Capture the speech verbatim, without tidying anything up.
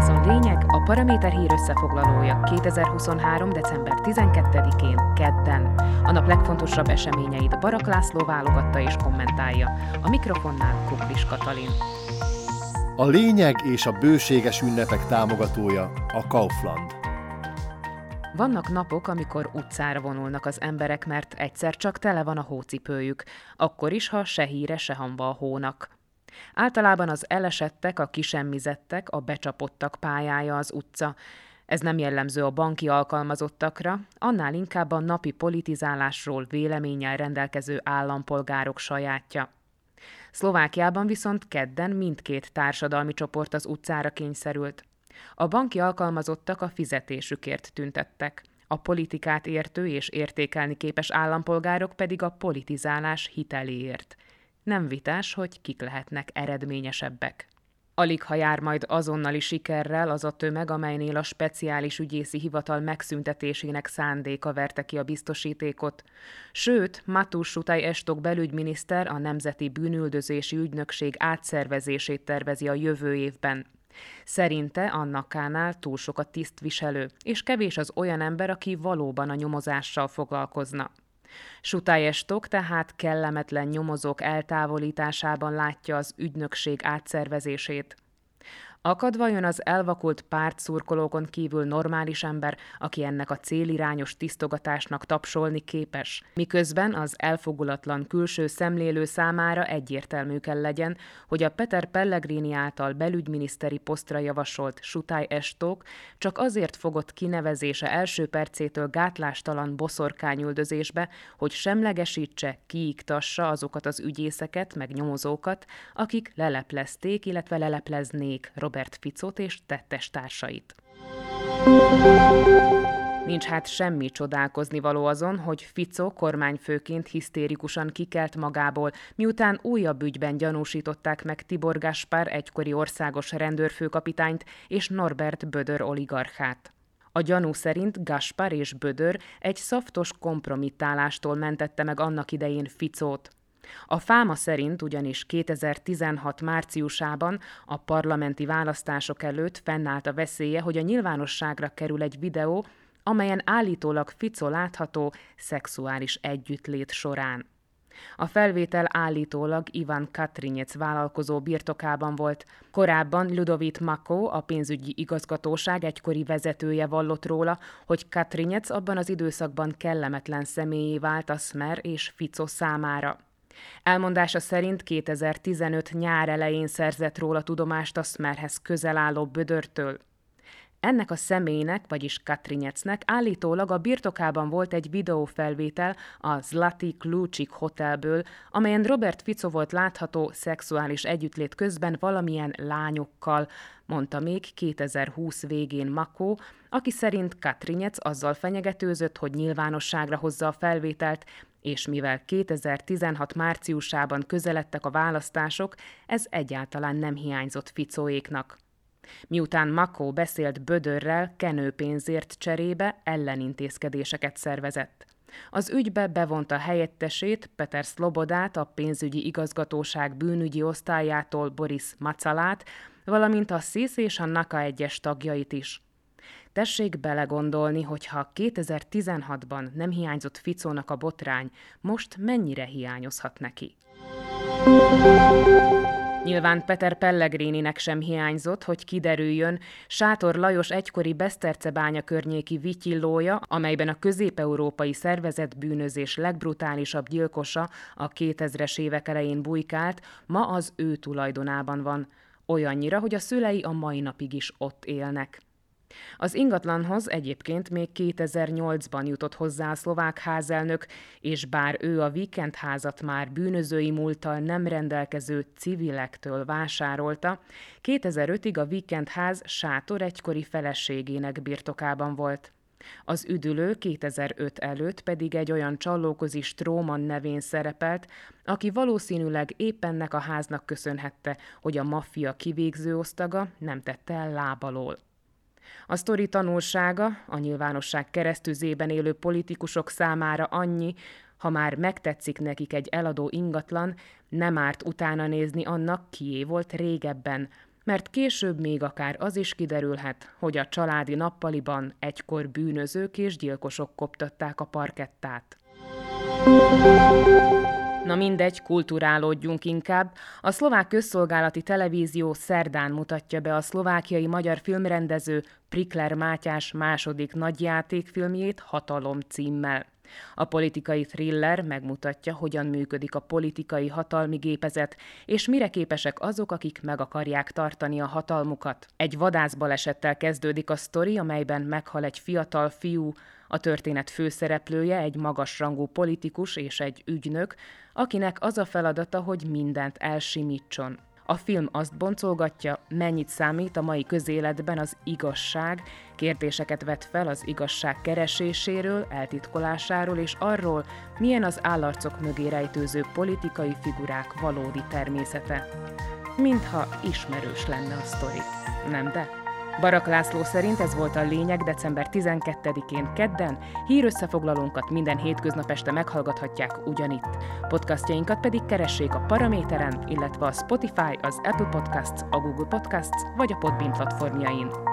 a lényeg, a Paraméter hír összefoglalója kétezer-huszonhárom. december tizenkettedikén, kedden. A nap legfontosabb eseményeit Barak László válogatta és kommentálja. A mikrofonnál Kuklis Katalin. A lényeg és a bőséges ünnepek támogatója a Kaufland. Vannak napok, amikor utcára vonulnak az emberek, mert egyszer csak tele van a hócipőjük, akkor is, ha se híre, se hamba a hónak. Általában az elesettek, a kisemmizettek, a becsapottak pályája az utca. Ez nem jellemző a banki alkalmazottakra, annál inkább a napi politizálásról véleménnyel rendelkező állampolgárok sajátja. Szlovákiában viszont kedden mindkét társadalmi csoport az utcára kényszerült. A banki alkalmazottak a fizetésükért tüntettek, a politikát értő és értékelni képes állampolgárok pedig a politizálás hiteléért. Nem vitás, hogy kik lehetnek eredményesebbek. Alig ha jár majd azonnali sikerrel az a tömeg, amelynél a speciális ügyészi hivatal megszüntetésének szándéka verte ki a biztosítékot. Sőt, Matús Sutaj Estok belügyminiszter a Nemzeti Bűnüldözési Ügynökség átszervezését tervezi a jövő évben. Szerinte Annakánál túl sok a tisztviselő, és kevés az olyan ember, aki valóban a nyomozással foglalkozna. Sutaj Estok tehát kellemetlen nyomozók eltávolításában látja az ügynökség átszervezését. Akad vajon az elvakult pártszurkolókon kívül normális ember, aki ennek a célirányos tisztogatásnak tapsolni képes? Miközben az elfogulatlan külső szemlélő számára egyértelmű kell legyen, hogy a Peter Pellegrini által belügyminiszteri posztra javasolt Sutaj Estok csak azért fogott kinevezése első percétől gátlástalan boszorkányüldözésbe, hogy semlegesítse, kiiktassa azokat az ügyészeket, meg nyomozókat, akik leleplezték, illetve lelepleznék Robert Ficót és tettestársait. Nincs hát semmi csodálkozni való azon, hogy Ficó kormányfőként hisztérikusan kikelt magából, miután újabb ügyben gyanúsították meg Tibor Gaspar egykori országos rendőrfőkapitányt és Norbert Bödör oligarchát. A gyanú szerint Gaspar és Bödör egy szaftos kompromittálástól mentette meg annak idején Ficót. A fáma szerint ugyanis kétezer-tizenhat márciusában a parlamenti választások előtt fennállt a veszélye, hogy a nyilvánosságra kerül egy videó, amelyen állítólag Ficó látható szexuális együttlét során. A felvétel állítólag Ivan Katrinyec vállalkozó birtokában volt. Korábban Ludovít Makó, a pénzügyi igazgatóság egykori vezetője vallott róla, hogy Katrinyec abban az időszakban kellemetlen személyé vált a Smer és Ficó számára. Elmondása szerint kétezer-tizenöt nyár elején szerzett róla tudomást a Smerhez közel álló Bödörtől. Ennek a személynek, vagyis Katrinyecnek állítólag a birtokában volt egy videófelvétel a Zlati Klucsik hotelből, amelyen Robert Ficó volt látható szexuális együttlét közben valamilyen lányokkal, mondta még kétezer-húsz végén Makó, aki szerint Katrinyec azzal fenyegetőzött, hogy nyilvánosságra hozza a felvételt, és mivel kétezer-tizenhat márciusában közeledtek a választások, ez egyáltalán nem hiányzott Ficóéknak. Miután Makó beszélt Bödörrel, kenőpénzért cserébe ellenintézkedéseket szervezett. Az ügybe bevonta helyettesét, Peter Szlobodát, a pénzügyi igazgatóság bűnügyi osztályától Boris Macalát, valamint a SZISZ és a NAKA egyes tagjait is. Tessék belegondolni, hogyha kétezer-tizenhatban nem hiányzott Ficónak a botrány, most mennyire hiányozhat neki. Nyilván Peter Pellegrininek sem hiányzott, hogy kiderüljön, Sátor Lajos egykori Besztercebánya környéki vityillója, amelyben a közép-európai szervezett bűnözés legbrutálisabb gyilkosa a kétezres évek elején bujkált, ma az ő tulajdonában van, olyannyira, hogy a szülei a mai napig is ott élnek. Az ingatlanhoz egyébként még kétezer-nyolcban jutott hozzá a szlovák házelnök, és bár ő a víkendházat már bűnözői múlttal nem rendelkező civilektől vásárolta, kétezer-ötig a víkendház Sátor egykori feleségének birtokában volt. Az üdülő kétezer-öt előtt pedig egy olyan csallókozi Stróman nevén szerepelt, aki valószínűleg épp ennek a háznak köszönhette, hogy a maffia kivégző osztaga nem tette el lábalól. A sztori tanulsága a nyilvánosság keresztüzében élő politikusok számára annyi, ha már megtetszik nekik egy eladó ingatlan, nem árt utána nézni annak, kié volt régebben, mert később még akár az is kiderülhet, hogy a családi nappaliban egykor bűnözők és gyilkosok koptatták a parkettát. Na mindegy, kulturálódjunk inkább. A szlovák közszolgálati televízió szerdán mutatja be a szlovákiai magyar filmrendező Prikler Mátyás második nagyjátékfilmjét Hatalom címmel. A politikai thriller megmutatja, hogyan működik a politikai hatalmi gépezet, és mire képesek azok, akik meg akarják tartani a hatalmukat. Egy vadászbalesettel kezdődik a sztori, amelyben meghal egy fiatal fiú, a történet főszereplője egy magasrangú politikus és egy ügynök, akinek az a feladata, hogy mindent elsimítson. A film azt boncolgatja, mennyit számít a mai közéletben az igazság, kérdéseket vet fel az igazság kereséséről, eltitkolásáról és arról, milyen az állarcok mögé rejtőző politikai figurák valódi természete. Mintha ismerős lenne a sztori, nem de? Barak László szerint ez volt a lényeg december tizenkettedikén kedden, hírösszefoglalónkat minden hétköznap este meghallgathatják ugyanitt. Podcastjainkat pedig keressék a Paraméteren, illetve a Spotify, az Apple Podcasts, a Google Podcasts vagy a Podbean platformjain.